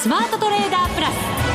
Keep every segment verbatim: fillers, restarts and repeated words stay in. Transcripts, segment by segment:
スマートトレーダープラス。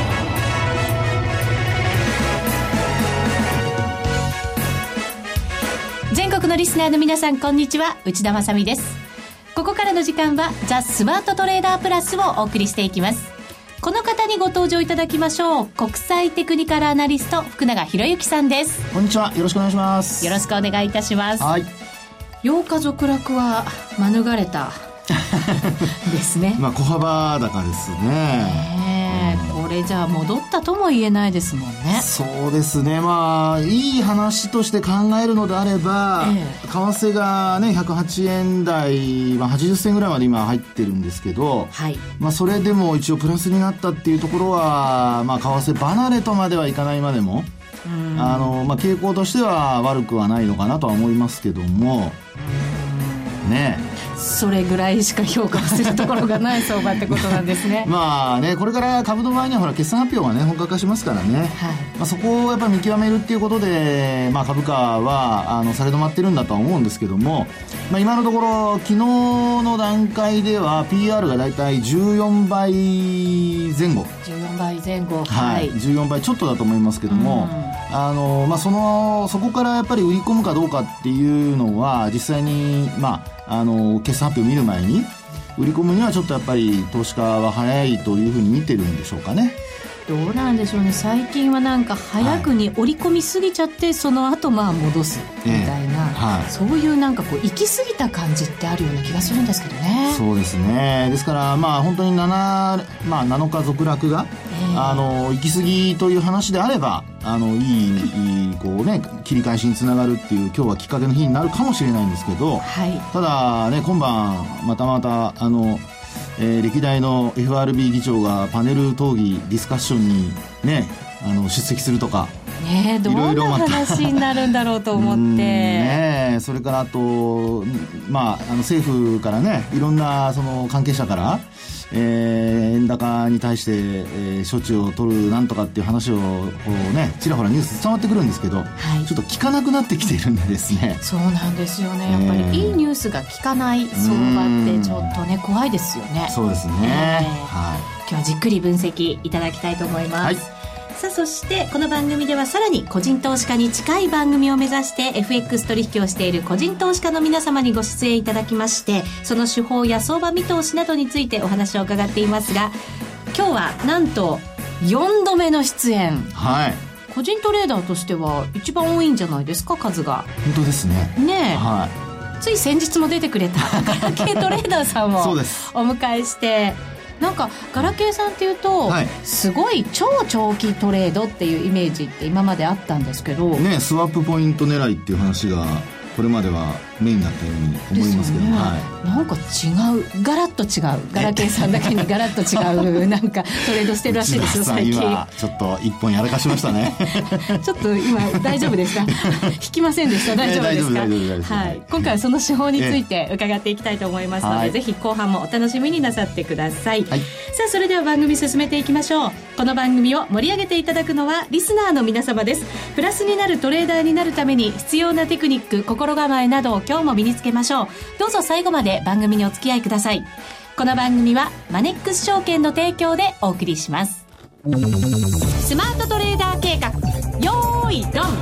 全国のリスナーの皆さん、こんにちは、内田まさみです。ここからの時間はザ・スマートトレーダープラスをお送りしていきます。この方にご登場いただきましょう。国際テクニカルアナリスト、福永博之さんです。 こんにちは、よろしくお願いします。 よろしくお願いいたします。 はい。 ようか続落は免れたですね。 まあ小幅高ですね。 ねえ、これじゃあ戻ったとも言えないですもんね。 そうですね。まあいい話として考えるのであれば、ええ、為替がねひゃくはちえん台、まあ、はちじゅっ銭ぐらいまで今入ってるんですけど、はい、まあそれでも一応プラスになったっていうところは、まあ為替離れとまではいかないまでも、うん、あのまあ傾向としては悪くはないのかなとは思いますけども、うん、ねえ。 それぐらいしか評価するところがない相場ってことなんですね。 まあね、これから株の場合にはほら決算発表がね本格化しますからね、はい、まあ、そこをやっぱり見極めるっていうことで、まあ、株価はあの下げ止まってるんだとは思うんですけども、まあ、今のところ昨日の段階では ピーアール がだいたいじゅうよんばいぜん後、 じゅうよんばいぜん後、 はい、じゅうよんばいちょっとだと思いますけども、あの、まあ、そのそこからやっぱり売り込むかどうかっていうのは実際にまああの決算発表を見る前に売り込むにはちょっとやっぱり投資家は早いというふうに見てるんでしょうかね。 どうなんでしょうね。最近はなんか早くに織り込みすぎちゃって、はい、その後まあ戻すみたいな、えーはい、そういうなんかこう行き過ぎた感じってあるような気がするんですけどね。 そうですね。ですからまあ本当になな、まあ、なのか続落が、えー、あの行き過ぎという話であればあのいい、いいこうね切り返しにつながるっていう今日はきっかけの日になるかもしれないんですけど、はい、ただね今晩またまたあのえー、歴代の エフアールビー 議長がパネル討議ディスカッションに、ね、あの出席するとか、 ね、どんな話になるんだろうと思ってね、それからあと、まあ、あの政府からねいろんなその関係者から、えー、円高に対して、えー、処置を取るなんとかっていう話をこう、ね、ちらほらニュース伝わってくるんですけど、はい、ちょっと聞かなくなってきているんでですね。 そうなんですよね。やっぱりいいニュースが聞かない相場ってちょっとね怖いですよね。 そうですね、えーはい、今日はじっくり分析いただきたいと思います、はい。さあそしてこの番組ではさらに個人投資家に近い番組を目指して エフエックス 取引をしている個人投資家の皆様にご出演いただきまして、その手法や相場見通しなどについてお話を伺っていますが、今日はなんとよんどめの出演、はい、個人トレーダーとしては一番多いんじゃないですか、数が。 本当ですね。 ねえ、はい、つい先日も出てくれたガラケートレーダーさんをお迎えして、なんかガラケーさんっていうと、はい、すごい超長期トレードっていうイメージって今まであったんですけど、 ね、スワップポイント狙いっていう話がこれまではメインだったように思いますけど、ね、はい、 なんか違う、ガラッと違う、ガラケーさんだけにガラッと違うなんかトレードしてるらしいですよ最近。 今ちょっと一本やらかしましたねちょっと今大丈夫ですか引きませんでした？大丈夫ですか？大丈夫です、はい、今回はその手法について伺っていきたいと思いますので、はい、ぜひ後半もお楽しみになさってください、はい。さあそれでは番組進めていきましょう。この番組を盛り上げていただくのはリスナーの皆様です。プラスになるトレーダーになるために必要なテクニック、心構えなどを今日も身につけましょう。どうぞ最後まで番組にお付き合いください。この番組はマネックス証券の提供でお送りします。スマートトレーダー計画、よーいドン。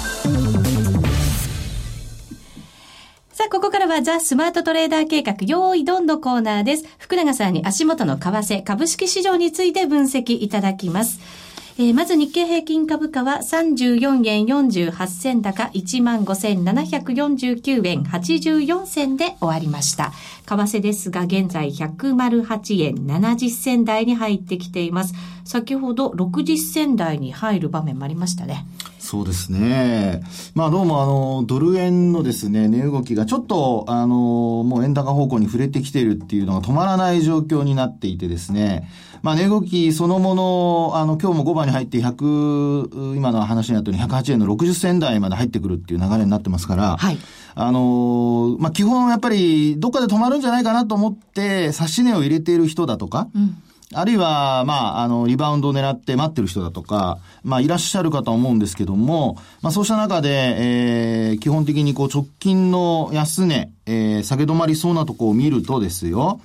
さあここからはザ・スマートトレーダー計画よーいドンのコーナーです。福永さんに足元の為替、株式市場について分析いただきます。えー、まず日経平均株価はさんじゅうよんえんよんじゅうはち銭高 いちまんごせんななひゃくよんじゅうきゅうえんはちじゅうよん銭で終わりました。為替ですが現在ひゃくはちえんななじゅっ銭台に入ってきています。先ほどろくじゅっ銭台に入る場面もありましたね。 そうですね。まあどうもあのドル円のですね値動きがちょっとあのもう円高方向に触れてきているっていうのが止まらない状況になっていてですね。まあ値動きそのものあの今日もごばんに入ってひゃく今の話にあったようにひゃくはちえんのろくじゅっ銭台まで入ってくるっていう流れになってますから、はい、あのまあ基本やっぱりどっかで止まるんじゃないかなと思って指し値を入れている人だとか。うん、あるいは、まあ、あの、リバウンドを狙って待ってる人だとか、まあ、いらっしゃるかと思うんですけども、まあ、そうした中で、えー、基本的にこう、直近の安値、えー、下げ止まりそうなとこを見るとですよ、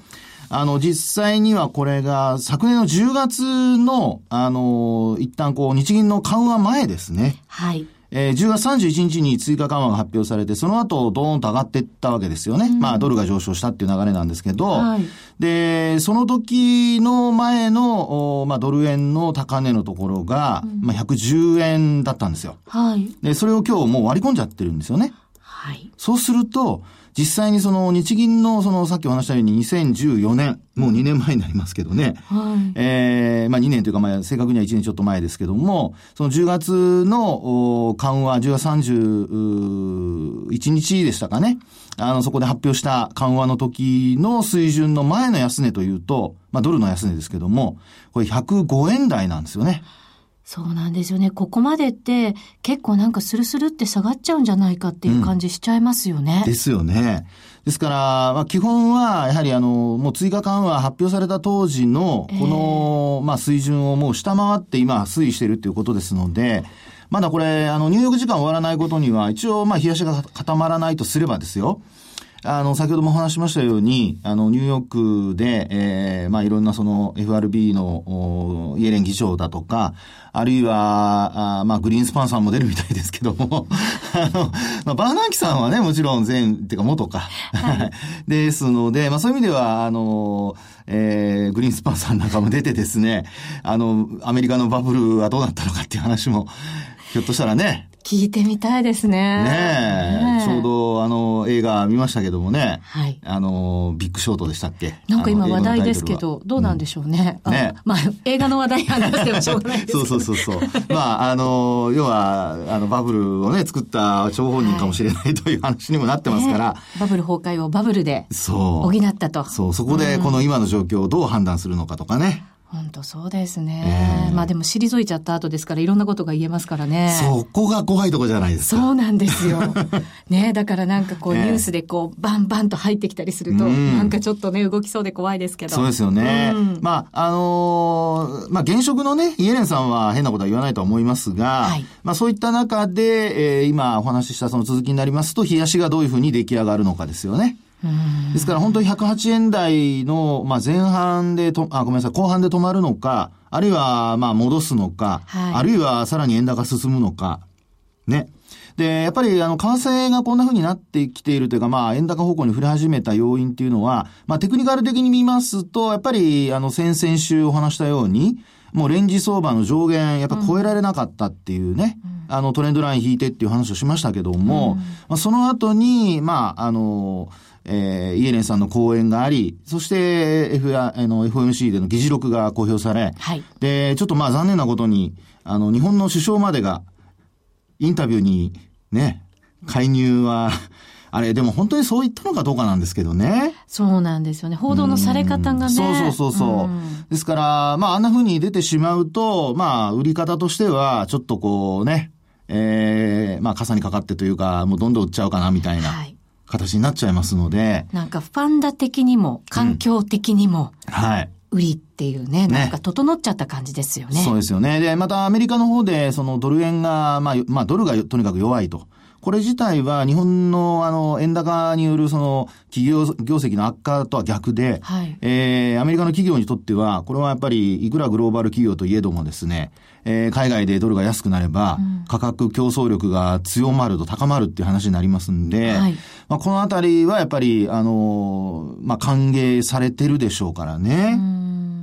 あの、実際にはこれが昨年のじゅうがつの、あの、一旦こう、日銀の緩和前ですね。 はい。 えー、じゅうがつさんじゅういちにちに追加緩和が発表されて、その後、ドーンと上がっていったわけですよね。うん、まあ、ドルが上昇したっていう流れなんですけど、はい、で、その時の前の、まあ、ドル円の高値のところが、うん、まあ、ひゃくじゅうえんだったんですよ。はい。で、それを今日もう割り込んじゃってるんですよね。はい。そうすると、実際にその日銀のそのさっきお話したようににせんじゅうよねん、もうにねんまえになりますけどね。はい。えー、まあにねんというかまあ正確にはいちねんちょっと前ですけども、そのじゅうがつの緩和、じゅうがつさんじゅういちにちでしたかね。あの、そこで発表した緩和の時の水準の前の安値というと、まあドルの安値ですけども、これひゃくごえん台なんですよね。 そうなんですよね。ここまでって結構なんかスルスルって下がっちゃうんじゃないかっていう感じしちゃいますよね。 うん、ですよね。ですから、まあ基本はやはりあの、もう追加緩和発表された当時のこの、えー、まあ水準をもう下回って今推移しているということですので、まだこれあの入浴時間終わらないことには一応まあ冷やしが固まらないとすればですよ。あの、先ほどもお話しましたように、あの、ニューヨークで、えー、まあ、いろんなその エフアールビー のイエレン議長だとか、あるいは、あまあ、グリーンスパンさんも出るみたいですけども、あの、まあ、バーナンキさんはね、もちろん前、っていうか元か。はい。ですので、まあ、そういう意味では、あの、えー、グリーンスパンさんなんかも出てですね、あの、アメリカのバブルはどうなったのかっていう話も、ひょっとしたらね、 聞いてみたいですね。 ねえ。ちょうど、あの、映画見ましたけどもね。はい。あの、ビッグショートでしたっけ？ なんか今話題ですけど、どうなんでしょうね。うん、ね。まあ、映画の話題話してもしょうがないですけど。 そうそうそうそう。まあ、あの、要は、あの、バブルをね、作った張本人かもしれない、はい、という話にもなってますから、ね。 バブル崩壊をバブルで補ったと。 そう。そう、そこでこの今の状況をどう判断するのかとかね。 本当そうですね。えー、まあでも退いちゃった後ですからいろんなことが言えますからね。 そこが怖いとこじゃないですか。 そうなんですよ。ね、だからなんかこうニュースでこうバンバンと入ってきたりすると、なんかちょっとね動きそうで怖いですけど。 そうですよね。うん、まああのー、まあ現職のねイエレンさんは変なことは言わないと思いますが、はい、まあそういった中で、えー、今お話ししたその続きになりますと冷やしがどういうふうに出来上がるのかですよね。ですから本当にひゃくはちえん台の、まあ、前半でと、あ、ごめんなさい、後半で止まるのか、あるいは、まあ、戻すのか、はい、あるいはさらに円高進むのか、ね。で、やっぱり、あの、為替がこんな風になってきているというか、まあ、円高方向に振れ始めた要因っていうのは、まあ、テクニカル的に見ますと、やっぱり、あの、先々週お話したように、もうレンジ相場の上限、やっぱ超えられなかったっていうね、うん、あの、トレンドライン引いてっていう話をしましたけども、うん、まあ、その後に、まあ、あの、えー、イエレンさんの講演があり、そして F、あの エフオーエムシー での議事録が公表され、はい、で、ちょっとまあ残念なことに、あの、日本の首相までが、インタビューにね、介入は、あれ、でも本当にそう言ったのかどうかなんですけどね。 そうなんですよね。報道のされ方がね。 そうそうそうそう。うですから、まああんな風に出てしまうと、まあ売り方としては、ちょっとこうね、えー、まあ傘にかかってというか、もうどんどん売っちゃうかなみたいな。はい形になっちゃいますので。 なんかファンダ的にも環境的にも、うん、はい。売りっていうね、なんか整っちゃった感じですよね。 そうですよね。で、またアメリカの方でそのドル円が、まあ、まあドルがとにかく弱いと。これ自体は日本のあの円高によるその企業業績の悪化とは逆で、はい、えー、アメリカの企業にとってはこれはやっぱりいくらグローバル企業といえどもですね、えー、海外でドルが安くなれば、うん、価格競争力が強まると高まるっていう話になりますんで、はい、まあ、このあたりはやっぱりあのまあ歓迎されてるでしょうからね。うん、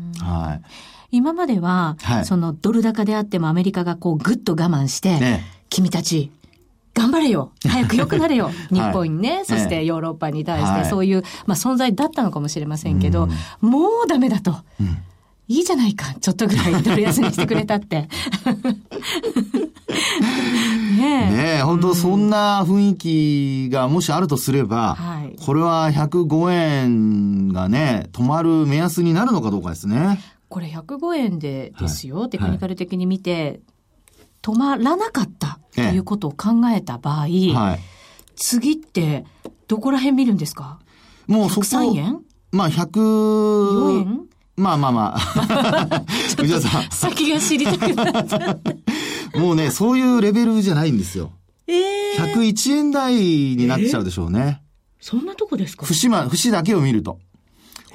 はい。 今までは、はい、そのドル高であってもアメリカがこうぐっと我慢して、ね、君たち頑張れよ早く良くなれよ日本にね、はい、そしてヨーロッパに対して、はい、そういう、まあ、存在だったのかもしれませんけど、うん、もうダメだと、うん、いいじゃないかちょっとぐらいドル安にしてくれたってねえねえ本当そんな雰囲気がもしあるとすれば、はい、これはひゃくごえんがね止まる目安になるのかどうかですね。 これひゃくごえんでですよ、はい、テクニカル的に見て、はい、止まらなかったということを考えた場合、はい、次ってどこら辺見るんですか？もうそこひゃくさんえん？ まあひゃくよえん？まあまあまあ内田さん先が知りたくなっちゃってもうねそういうレベルじゃないんですよ。えー、ひゃくいちえん台になっちゃうでしょうね。 えー、そんなとこですか？ 節ま節だけを見ると。こ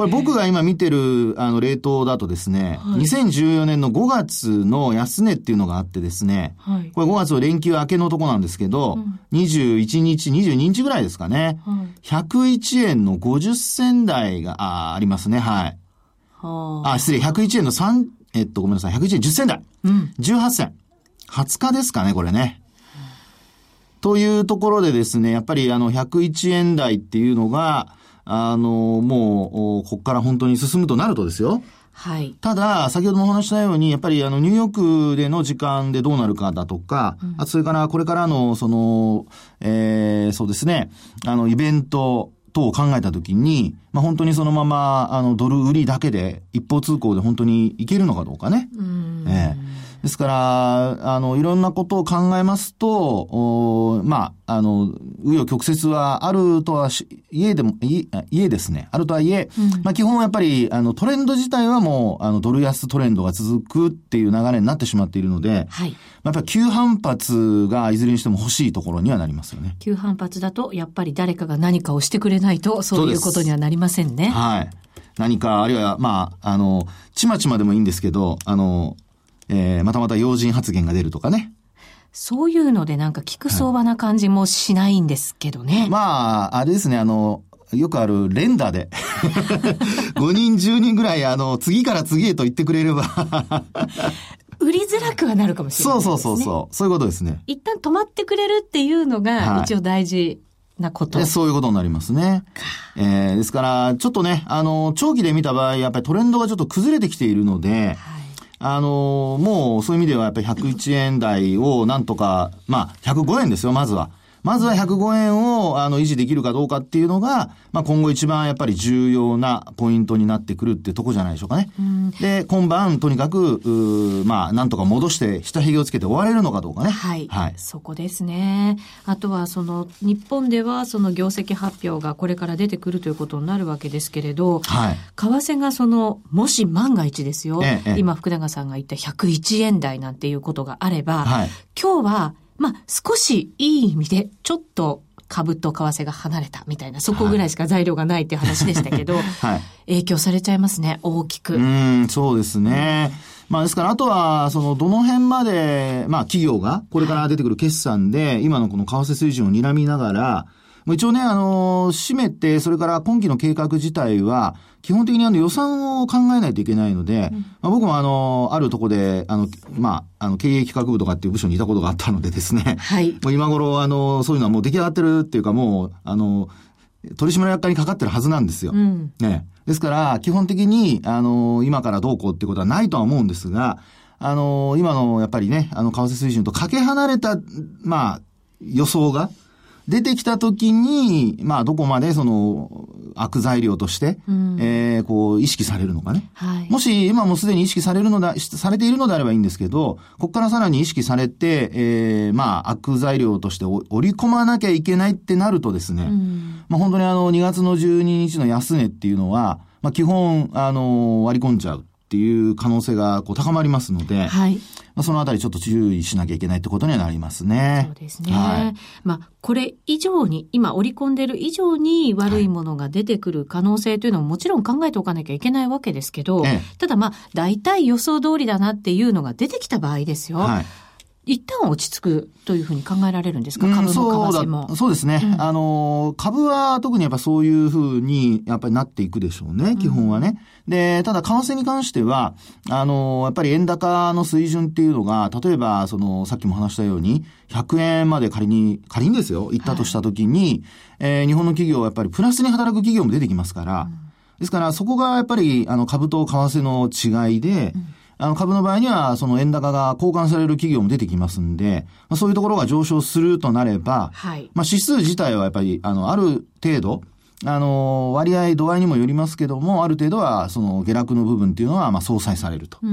これ僕が今見てる、あの、レートだとですね、はい、にせんじゅうよねんのごがつの安値っていうのがあってですね、はい、これごがつの連休明けのとこなんですけど、うん、にじゅういちにち、にじゅうににちぐらいですかね、はい、ひゃくいちえんのごじゅっせん台が、あ、ありますね、はい。はあ、失礼、ひゃくいちえんのさん、えっと、ごめんなさい、ひゃくいちえんじゅっせん台。うん。じゅうはっせん。はつかですかね、これね。というところでですね、やっぱりあのひゃくいちえん台っていうのが、あの、もう、ここから本当に進むとなるとですよ。はい。ただ、先ほどもお話したように、やっぱりあの、ニューヨークでの時間でどうなるかだとか、うん、あとそれからこれからの、その、えー、そうですね、あの、イベント、等を考えたときに、まあ、本当にそのまま、あの、ドル売りだけで、一方通行で本当にいけるのかどうかね。うん、ええ。ですから、あの、いろんなことを考えますと、おまあ、あの、紆余曲折はあるとはし、家でも、い家ですね。あるとはいえ、うん、まあ、基本はやっぱり、あの、トレンド自体はもう、あの、ドル安トレンドが続くっていう流れになってしまっているので、はい。やっぱり急反発がいずれにしても欲しいところにはなりますよね。 急反発だと、やっぱり誰かが何かをしてくれないと、そういうことにはなりませんね。 はい。何か、あるいは、まあ、あの、ちまちまでもいいんですけど、あの、えー、またまた要人発言が出るとかね。 そういうのでなんか聞く相場な感じもしないんですけどね。はい、まあ、あれですね、あの、よくある連打で。ごにん、じゅうにんぐらい、あの、次から次へと言ってくれれば。 売りづらくはなるかもしれないですね。 そうそうそうそう。そういうことですね。 一旦止まってくれるっていうのが一応大事なこと。 はい、でそういうことになりますね。えー、ですから、ちょっとね、あの、長期で見た場合、やっぱりトレンドがちょっと崩れてきているので、はい、あの、もうそういう意味ではやっぱりひゃくいちえん台をなんとか、まあ、ひゃくごえんですよ、まずは。まずはひゃくごえんをあの維持できるかどうかっていうのが、まあ今後一番やっぱり重要なポイントになってくるってとこじゃないでしょうかね。うん、で、今晩とにかく、うまあなんとか戻して下髭をつけて終われるのかどうかね。 はい。はい。そこですね。あとはその日本ではその業績発表がこれから出てくるということになるわけですけれど、はい。為替がその、もし万が一ですよ。ええ、今福永さんが言ったひゃくいちえん台なんていうことがあれば、はい。今日はまあ、少しいい意味で、ちょっと株と為替が離れたみたいな、そこぐらいしか材料がないっていう話でしたけど、はい、影響されちゃいますね、大きく。 うん、そうですね。まあですから、あとは、その、どの辺まで、まあ企業がこれから出てくる決算で、今のこの為替水準を睨みながら、一応ね、あの、締めて、それから今期の計画自体は、基本的にあの予算を考えないといけないので、うん、まあ、僕もあの、あるとこで、あの、まあ、あの、経営企画部とかっていう部署にいたことがあったのでですね。はい。もう今頃、あの、そういうのはもう出来上がってるっていうか、もう、あの、取締役会にかかってるはずなんですよ。うん、ね。ですから、基本的に、あの、今からどうこうっていうことはないとは思うんですが、あの、今のやっぱりね、あの、為替水準とかけ離れた、まあ、予想が、出てきたときに、まあ、どこまでその、悪材料として、うん、えー、こう、意識されるのかね。はい。もし、今もすでに意識されるのだ、されているのであればいいんですけど、ここからさらに意識されて、えー、まあ、悪材料として織り込まなきゃいけないってなるとですね、うん、まあ、本当にあの、にがつのじゅうににちの安値っていうのは、まあ、基本、あの、割り込んじゃうっていう可能性がこう高まりますので、はい。まあ、そのあたりちょっと注意しなきゃいけないってことにはなりますね。 そうですね。はい、まあ、これ以上に、今織り込んでる以上に悪いものが出てくる可能性というのももちろん考えておかなきゃいけないわけですけど、ええ、ただまあ、大体予想通りだなっていうのが出てきた場合ですよ。はい。一旦落ち着くというふうに考えられるんですか、株も為替も。 そう、そうですね。うん、あの、株は特にやっぱそういうふうにやっぱりなっていくでしょうね、基本はね。うん、で、ただ為替に関しては、あの、やっぱり円高の水準っていうのが、例えば、その、さっきも話したように、ひゃくえんまで仮に、仮にですよ、行ったとしたときに、はい、えー、日本の企業はやっぱりプラスに働く企業も出てきますから、うん、ですからそこがやっぱり、あの、株と為替の違いで、うん、あの株の場合にはその円高が交換される企業も出てきますんで、まあ、そういうところが上昇するとなれば、はい、まあ指数自体はやっぱりあのある程度あの割合度合いにもよりますけども、ある程度はその下落の部分っていうのはまあ相殺されると。うん、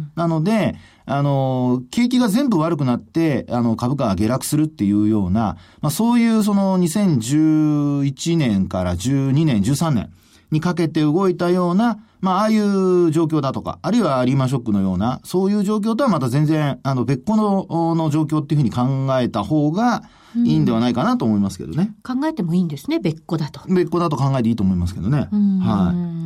なのであの景気が全部悪くなってあの株価が下落するっていうような、まあそういうそのにせんじゅういちねんからじゅうにねんじゅうさんねんにかけて動いたような、まあ、ああいう状況だとか、あるいはリーマンショックのような、そういう状況とはまた全然、あの、別個の、の状況っていうふうに考えた方がいいんではないかなと思いますけどね。 うん、考えてもいいんですね、別個だと。 別個だと考えていいと思いますけどね。はい。ま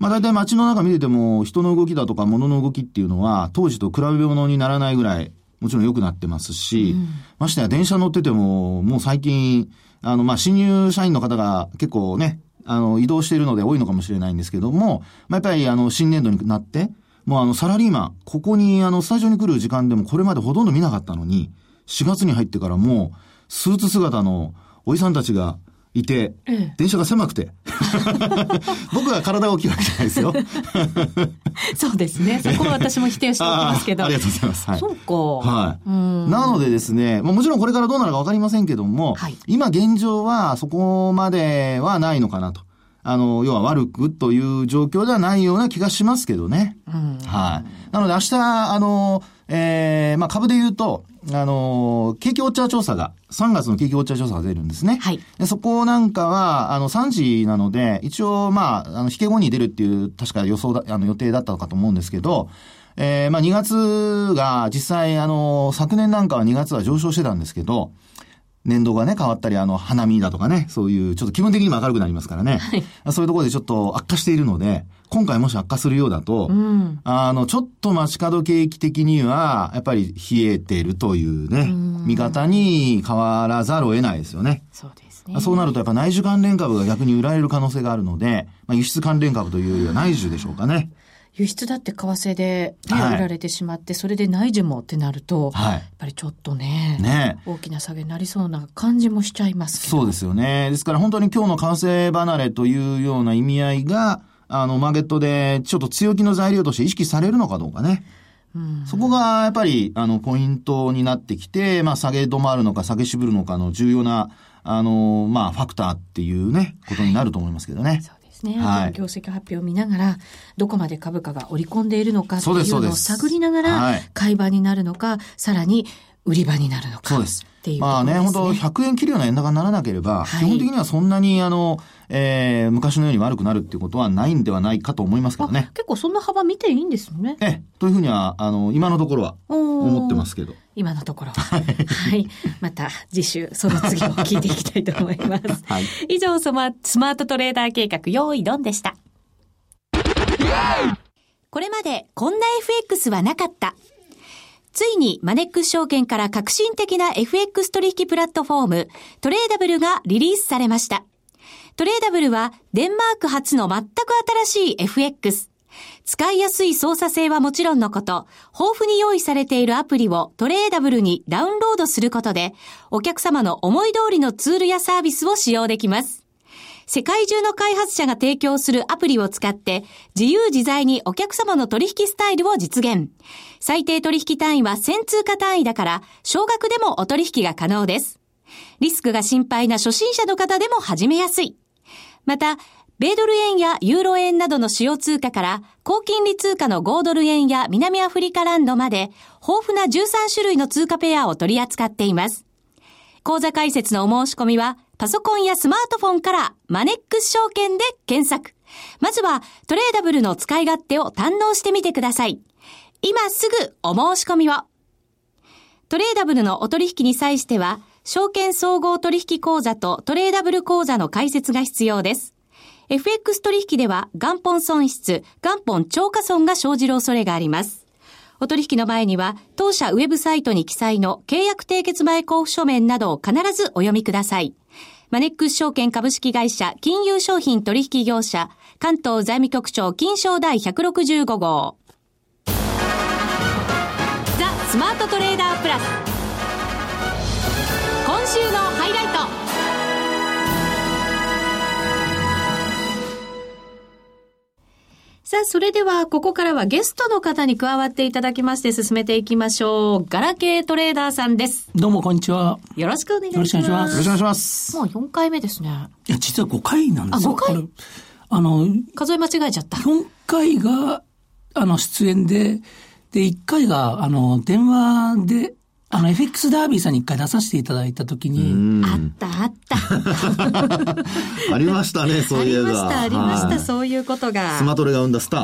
まあ大体街の中見てても人の動きだとか物の動きっていうのは当時と比べ物にならないぐらいもちろん良くなってますし、うん、ましてや電車乗っててももう最近あのまあ新入社員の方が結構ねあの移動しているので多いのかもしれないんですけども、まあ、やっぱりあの新年度になってもうあのサラリーマンここにあのスタジオに来る時間でもこれまでほとんど見なかったのにしがつに入ってからもうスーツ姿のおじさんたちがいて、うん、電車が狭くて僕が体が大きいわけじゃないですよそうですね、そこは私も否定しておきますけどあ, ありがとうございます、はい、 そうか、 はい、うんなのでですね、まあ、もちろんこれからどうなるか分かりませんけども、はい、今現状はそこまではないのかなと、あの要は悪くという状況ではないような気がしますけどね、うんはい、なので明日あの、えーまあ、株で言うとあの、景気ウォッチャー調査が、さんがつの景気ウォッチャー調査が出るんですね。はい。でそこなんかは、あの、さんじなので、一応、まあ、あの、引け後に出るっていう、確か予想だ、あの、予定だったのかと思うんですけど、えー、まあ、にがつが、実際、あの、昨年なんかはにがつは上昇してたんですけど、年度がね、変わったり、あの、花見だとかね、そういう、ちょっと気分的にも明るくなりますからね。はい。そういうところでちょっと悪化しているので、今回もし悪化するようだと、うん、あの、ちょっと街角景気的には、やっぱり冷えているというね、うん、見方に変わらざるを得ないですよね。 そうですね。 そうなるとやっぱ内需関連株が逆に売られる可能性があるので、まあ、輸出関連株というよりは内需でしょうかね。 輸出だって為替で、ねはい、売られてしまって、それで内需もってなると、はい、やっぱりちょっとね、ね大きな下げになりそうな感じもしちゃいますけど。 そうですよね。ですから本当に今日の為替離れというような意味合いが、あの、マーケットでちょっと強気の材料として意識されるのかどうかね。うん、そこがやっぱり、あの、ポイントになってきて、まあ、下げ止まるのか下げ渋るのかの重要な、あの、まあ、ファクターっていうね、ことになると思いますけどね。はいですね、はい、業績発表を見ながらどこまで株価が織り込んでいるのかっていうのを探りながら買い場になるのか、はい、さらに売り場になるのかそうですっていうところですね。まあね、本当ひゃくえん切るような円高にならなければ、はい、基本的にはそんなにあの、えー、昔のように悪くなるっていうことはないんではないかと思いますけどね。結構そんな幅見ていいんですよね。 ええ、というふうにはあの今のところは思ってますけど。 今のところははい。また次週その次を聞いていきたいと思います。はい、以上スマ、スマートトレーダー計画用意ドンでした。これまでこんな エフエックス はなかった。ついにマネックス証券から革新的な エフエックス 取引プラットフォームトレーダブルがリリースされました。トレーダブルはデンマーク発の全く新しい エフエックス。使いやすい操作性はもちろんのこと、豊富に用意されているアプリをトレーダブルにダウンロードすることで、お客様の思い通りのツールやサービスを使用できます。世界中の開発者が提供するアプリを使って自由自在にお客様の取引スタイルを実現。最低取引単位はせん通貨単位だから少額でもお取引が可能です。リスクが心配な初心者の方でも始めやすい。また、米ドル円やユーロ円などの主要通貨から高金利通貨のごドル円や南アフリカランドまで豊富なじゅうさん種類の通貨ペアを取り扱っています。口座開設のお申し込みはパソコンやスマートフォンからマネックス証券で検索。まずはトレーダブルの使い勝手を堪能してみてください。今すぐお申し込みを。トレーダブルのお取引に際しては証券総合取引口座とトレーダブル口座の開設が必要です。エフエックス 取引では元本損失、元本超過損が生じる恐れがあります。お取引の前には当社ウェブサイトに記載の契約締結前交付書面などを必ずお読みください。マネックス証券株式会社金融商品取引業者関東財務局長金商第ひゃくろくじゅうご号。ザ・スマートトレーダープラス。今週のハイライト。さあ、それではここからはゲストの方に加わっていただきまして進めていきましょう。ガラケートレーダーさんです。 どうもこんにちは。 よろしくお願いします。 よろしくお願いします。 よろしくお願いします。 もうよんかいめですね。 いや、実はごかいなんですよ。 あ、ごかい？ あの、 数え間違えちゃった。 よんかいが、あの、出演で、で、いっかいが、あの、電話で、あの、エフエックス ダービーさんにいっかい出させていただいたときに。 あったあった。 ありましたね、そういえば。 ありました、ありました、そういうことが。 スマトレが生んだスター。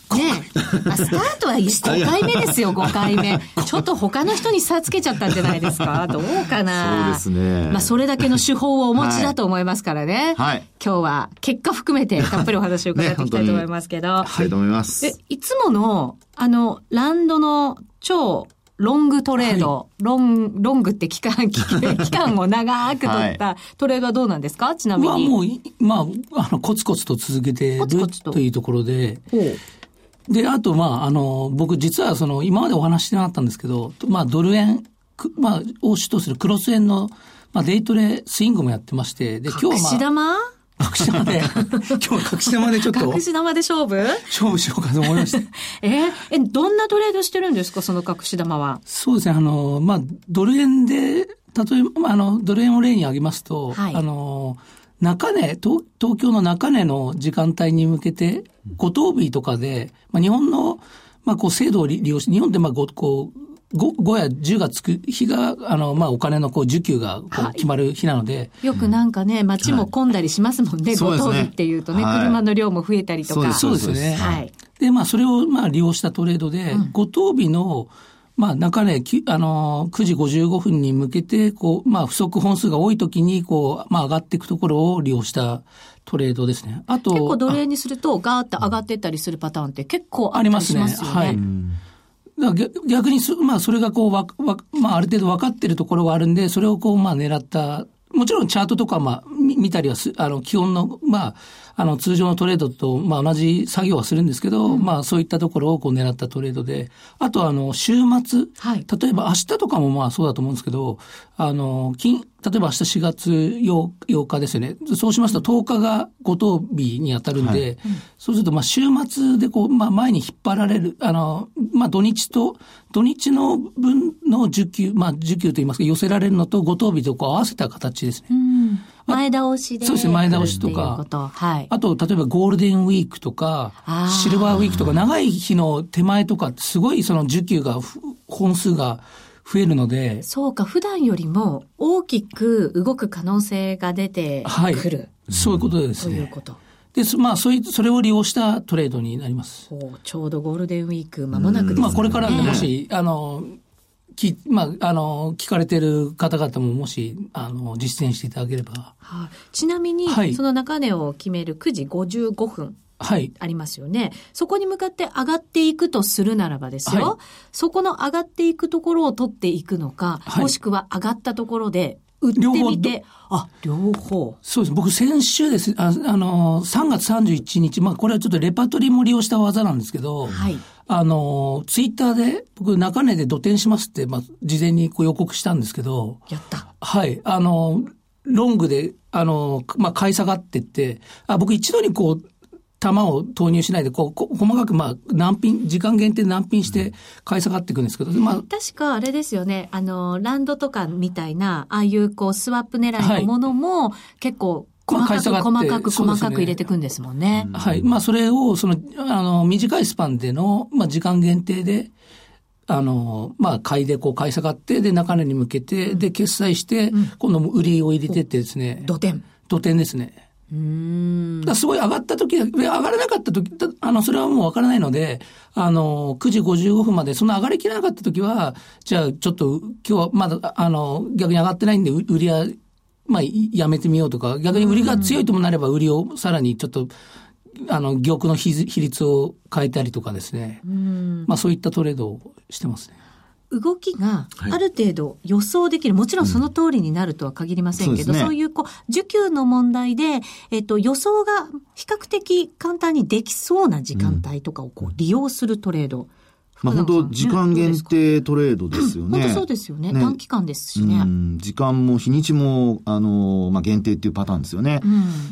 ねえ、まあ、スタートはごかいめですよ、ごかいめ。ちょっと他の人に差つけちゃったんじゃないですか。どうかな。 そうですね。 まあ、それだけの手法をお持ちだと思いますからね。はい。今日は結果含めてたっぷりお話を伺っていきたいと思いますけど。 ね、はい、と思います。 え、いつもの、あの、ランドの超ロングトレード、はい、ロン、ロングって期間、期間を長く取ったトレードはどうなんですか、はい、ちなみに。 まあもう、まあ、あの、コツコツと続けてるというところで、で、あと、まあ、あの、僕実はその、今までお話してなかったんですけど、まあ、ドル円、まあ、を主とするクロス円の、まあ、デイトレスイングもやってまして、で、今日は、まあ、 隠し玉隠し玉で、今日は隠し玉でちょっと。 隠し玉で勝負勝負しようかと思いました。 えー、え、どんなトレードしてるんですか、その隠し玉は。 そうですね、あの、まあ、ドル円で、例えば、あの、ドル円を例に挙げますと、はい、あの、中値、東、東京の中値の時間帯に向けて、五等日とかで、まあ、日本の、まあ、こう、制度を利用して、日本って、まあ、こう、ごやじゅうがつく日が、あの、まあ、お金のこう、受給がこう決まる日なので、 はい。よくなんかね、街も混んだりしますもんね、ご等日っていうとね、はい、車の量も増えたりとか。 そうですね。はい。で、まあ、それを、まあ、利用したトレードで、ご等日の、まあ、中値、あの、くじごじゅうごふんに向けて、こう、まあ、不足本数が多いときに、こう、まあ、上がっていくところを利用したトレードですね。あと、 結構ドル円にすると、ガーッと上がっていったりするパターンって結構あったりしますよね。ありますね。はい。 だから逆に、まあ、それがこう、わ、わ、まあ、ある程度分かっているところがあるんで、それをこう、まあ、狙った、もちろんチャートとか、まあ、見たりはす、あの、基本の、まあ、あの、通常のトレードと、まあ、同じ作業はするんですけど、うん、まあ、そういったところをこう狙ったトレードで、あと、あの、週末、はい、例えば明日とかもまあ、そうだと思うんですけど、あの、金、例えば明日しがつようかですよね。そうしますととおかがご等日に当たるんで、はいうん、そうすると、まあ、週末でこう、まあ、前に引っ張られる、あの、まあ、土日と、土日の分の受給、まあ、受給といいますか、寄せられるのとご等日とこう合わせた形ですね。うん前倒しで。 そうですね、前倒しとか。 とはい。 あと、例えばゴールデンウィークとか、シルバーウィークとか、長い日の手前とか、すごいその受給が、本数が増えるので。 そうか、普段よりも大きく動く可能性が出てくる。はい。 そういうことですね。 ということ。 で、まあ、そういう、それを利用したトレードになります。 ちょうどゴールデンウィーク間もなくですね。 まあ、これからもし、あの、きまあ、あの、聞かれている方々ももし、あの、実践していただければ。 はあ、ちなみに、はい、その中値を決めるくじごじゅうごふん。はい。ありますよね。そこに向かって上がっていくとするならばですよ。はい、そこの上がっていくところを取っていくのか、はい、もしくは上がったところで、売ってみて、あ、両方。 そうです。僕先週です、あ、あの、さんがつさんじゅういちにち、まあこれはちょっとレパートリーも利用した技なんですけど、はい。あの、ツイッターで、僕中値で土転しますって、まあ事前にこう予告したんですけど、 やった。 はい。あの、ロングで、あの、まあ買い下がってって、あ、僕一度にこう、玉を投入しないで、こう、こ細かく、まあ、難品、時間限定で難品して買い下がっていくんですけど、まあ。 確かあれですよね、あの、ランドとかみたいな、ああいうこう、スワップ狙いのものも、はい、結構、細かく、細かく、細かく入れていくんですもんね。 はい。まあ、それを、その、あの、短いスパンでの、まあ、時間限定で、あの、まあ、買いでこう、買い下がって、で、中値に向けて、で、決済して、うん、今度売りを入れてってですね。 土点。 土点ですね。 うーんだすごい上がった時、上がらなかった時、あの、それはもうわからないので、あの、くじごじゅうごふんまで、その上がりきらなかった時は、じゃあちょっと今日はまだ、あの、逆に上がってないんで、売りは、まあ、やめてみようとか、逆に売りが強いともなれば、売りをさらにちょっと、あの、玉の比率を変えたりとかですね。うんまあ、そういったトレードをしてますね。 動きがある程度予想できる、はい、もちろんその通りになるとは限りませんけど、うん そうですね、そういうこう受給の問題で、えっと、予想が比較的簡単にできそうな時間帯とかをこう利用するトレード、うんまあ、本当時間限定トレードですよね。 本当そうですよね。ね短期間ですしね。 うん、時間も日にちも、あの、まあ、限定っていうパターンですよね。うん、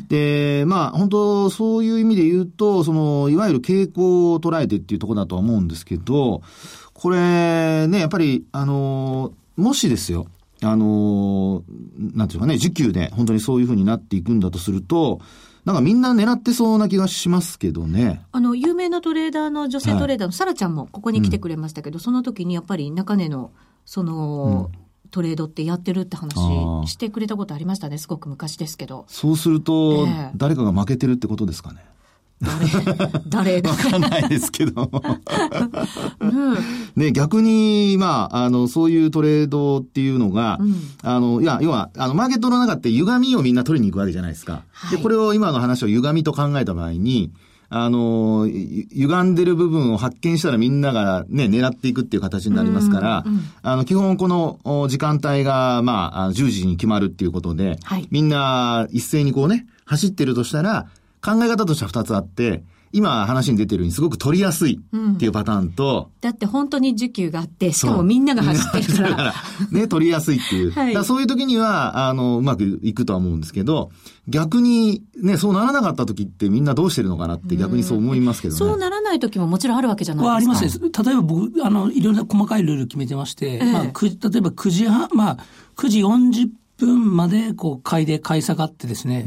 で、まあ、本当そういう意味で言うと、その、いわゆる傾向を捉えてっていうところだとは思うんですけど、これね、やっぱり、あの、もしですよ、あの、なんていうかね、需給で本当にそういうふうになっていくんだとすると、なんかみんな狙ってそうな気がしますけどね。 あの、有名なトレーダーの女性トレーダーのサラちゃんもここに来てくれましたけど、うん、その時にやっぱり中値の、その、うん、トレードってやってるって話してくれたことありましたね。すごく昔ですけど。 そうすると、えー、誰かが負けてるってことですかね。 誰誰わかんないですけど。うん、ね、逆に、まあ、あの、そういうトレードっていうのが、うん、あの、いや、要は、あの、マーケットの中って歪みをみんな取りに行くわけじゃないですか。はい、で、これを今の話を歪みと考えた場合に、あの、歪んでる部分を発見したらみんながね、狙っていくっていう形になりますから、うんうん、あの、基本この時間帯が、まあ、じゅうじに決まるっていうことで、はい、みんな一斉にこうね、走ってるとしたら、考え方としては二つあって、今話に出てるようにすごく取りやすいっていうパターンと、 うん、だって本当に需給があって、しかもみんなが走ってるから。だからね、取りやすいっていう。はい、だそういう時には、あの、うまくいくとは思うんですけど、逆にね、そうならなかった時ってみんなどうしてるのかなって逆にそう思いますけどね。 そうならない時ももちろんあるわけじゃないですか。 ありますね。例えば僕、あの、いろいろな細かいルール決めてまして、えー、まあ、く例えばくじはん、まあ、くじよんじゅっぷんまでこう買いで買い下がってですね、うん、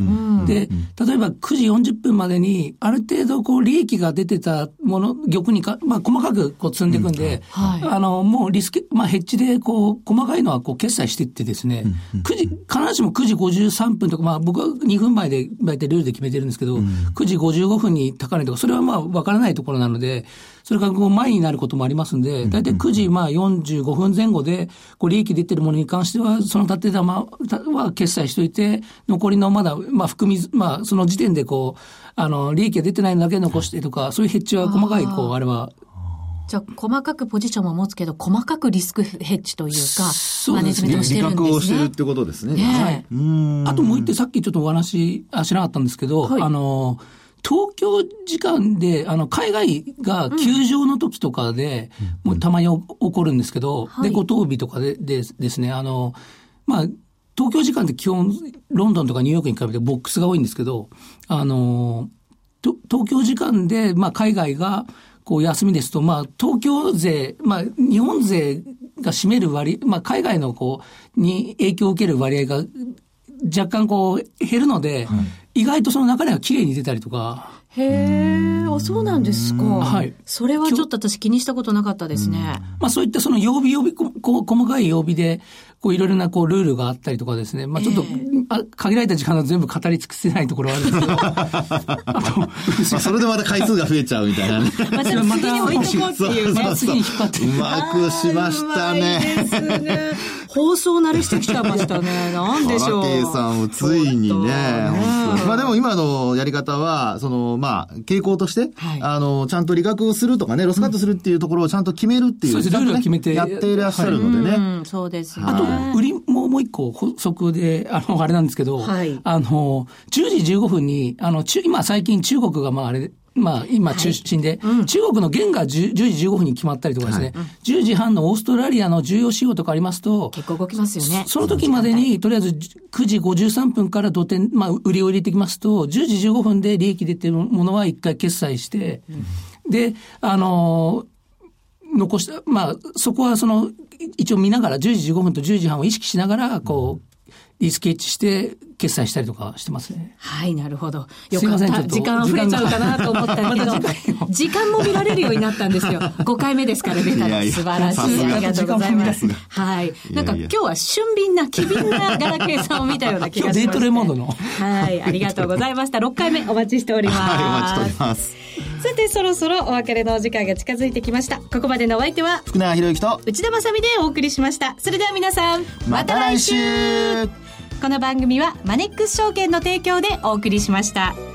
で例えばくじよんじゅっぷんまでにある程度こう利益が出てたもの玉にか、まあ、細かくこう積んでいくんで、うんはい、あのもうリスク、まあ、ヘッジでこう細かいのはこう決済していってですね、うん、くじ必ずしもくじごじゅうさんぷんとか、まあ、僕はにふんまえで大体ルールで決めてるんですけど、うん、くじごじゅうごふんに高値とかそれはまあ分からないところなので、それからこう前になることもありますんで、だいたいくじまあよんじゅうごふんぜん後でこう利益出てるものに関してはその立て玉は決済しといて、残りのまだまあ含みまあその時点でこうあの利益が出てないのだけ残してとか、そういうヘッジは細かいこうあれは。 じゃあ細かくポジションも持つけど細かくリスクヘッジというかマネジメントをしてるんですね。 利確をしてるってことですね。 ねはい、 うんあともう一点さっきちょっとお話しなかったんですけど、はい、あの東京時間で、あの、海外が休場の時とかで、うん、もうたまに起こるんですけど、うん、で、ご当日とかで、でですね、あの、まあ、東京時間って基本、ロンドンとかニューヨークに比べてボックスが多いんですけど、あの、東京時間で、まあ、海外が、こう、休みですと、まあ、東京税、まあ、日本税が占める割、まあ、海外のこう、に影響を受ける割合が、若干こう、減るので、はい意外とその中身が綺麗に出たりとか。 へえ、あ、そうなんですか。 はい。 それはちょっと私気にしたことなかったですね。 まあそういったその曜日曜日、こう細かい曜日で、こういろいろなこうルールがあったりとかですね。まあちょっと、えー、あ限られた時間は全部語り尽くせないところはあるんですけど。あと、まあそれでまた回数が増えちゃうみたいなね。 また次に置いとこうっていうね。 次に引っ張って。 うまくしましたね。 うまいですね。放送慣れしてきちゃいましたね。なんでしょう。 原さんをついにね。まあでも今のやり方は、その、まあ、傾向として、はい、あの、ちゃんと利確をするとかね、ロスカットするっていうところをちゃんと決めるっていう、 そうですね、ルールを決めて。 やっていらっしゃるのでね。はい、 うん、そうですね。 あと、売りももう一個補足で、あの、あれなんですけど、はい、あの、じゅうじじゅうごふんに、あの、今最近中国がまああれ、まあ、今中心で、はいうん、中国の元がじゅうじじゅうごふんに決まったりとかですね、はい、じゅうじはんのオーストラリアの重要指標とかありますと、 結構動きますよね。 その時までに、とりあえずくじごじゅうさんぷんから土点、まあ、売りを入れてきますと、じゅうじじゅうごふんで利益出てるものは一回決済して、うん、で、あのー、残した、まあ、そこはその、一応見ながら、じゅうじじゅうごふんとじゅうじはんを意識しながら、こう、リスケッチして決済したりとかしてますね。 はい、なるほど。よかった。すいません、ちょっと時間増えちゃうかなと思ったけど、ま、時間も見られるようになったんですよ。ごかいめですから出たら素晴らしい。ありがとうございます。はい。なんか今日は俊敏な機敏なガラケーさんを見たような気がします、ね。 デートレモードの。 はい、ありがとうございました。ろっかいめお待ちしております。 はい、お待ちしております。 さてそろそろお別れのお時間が近づいてきました。ここまでのお相手は福永博之と内田まさみでお送りしました。それでは皆さんまた来週。 この番組はマネックス証券の提供でお送りしました。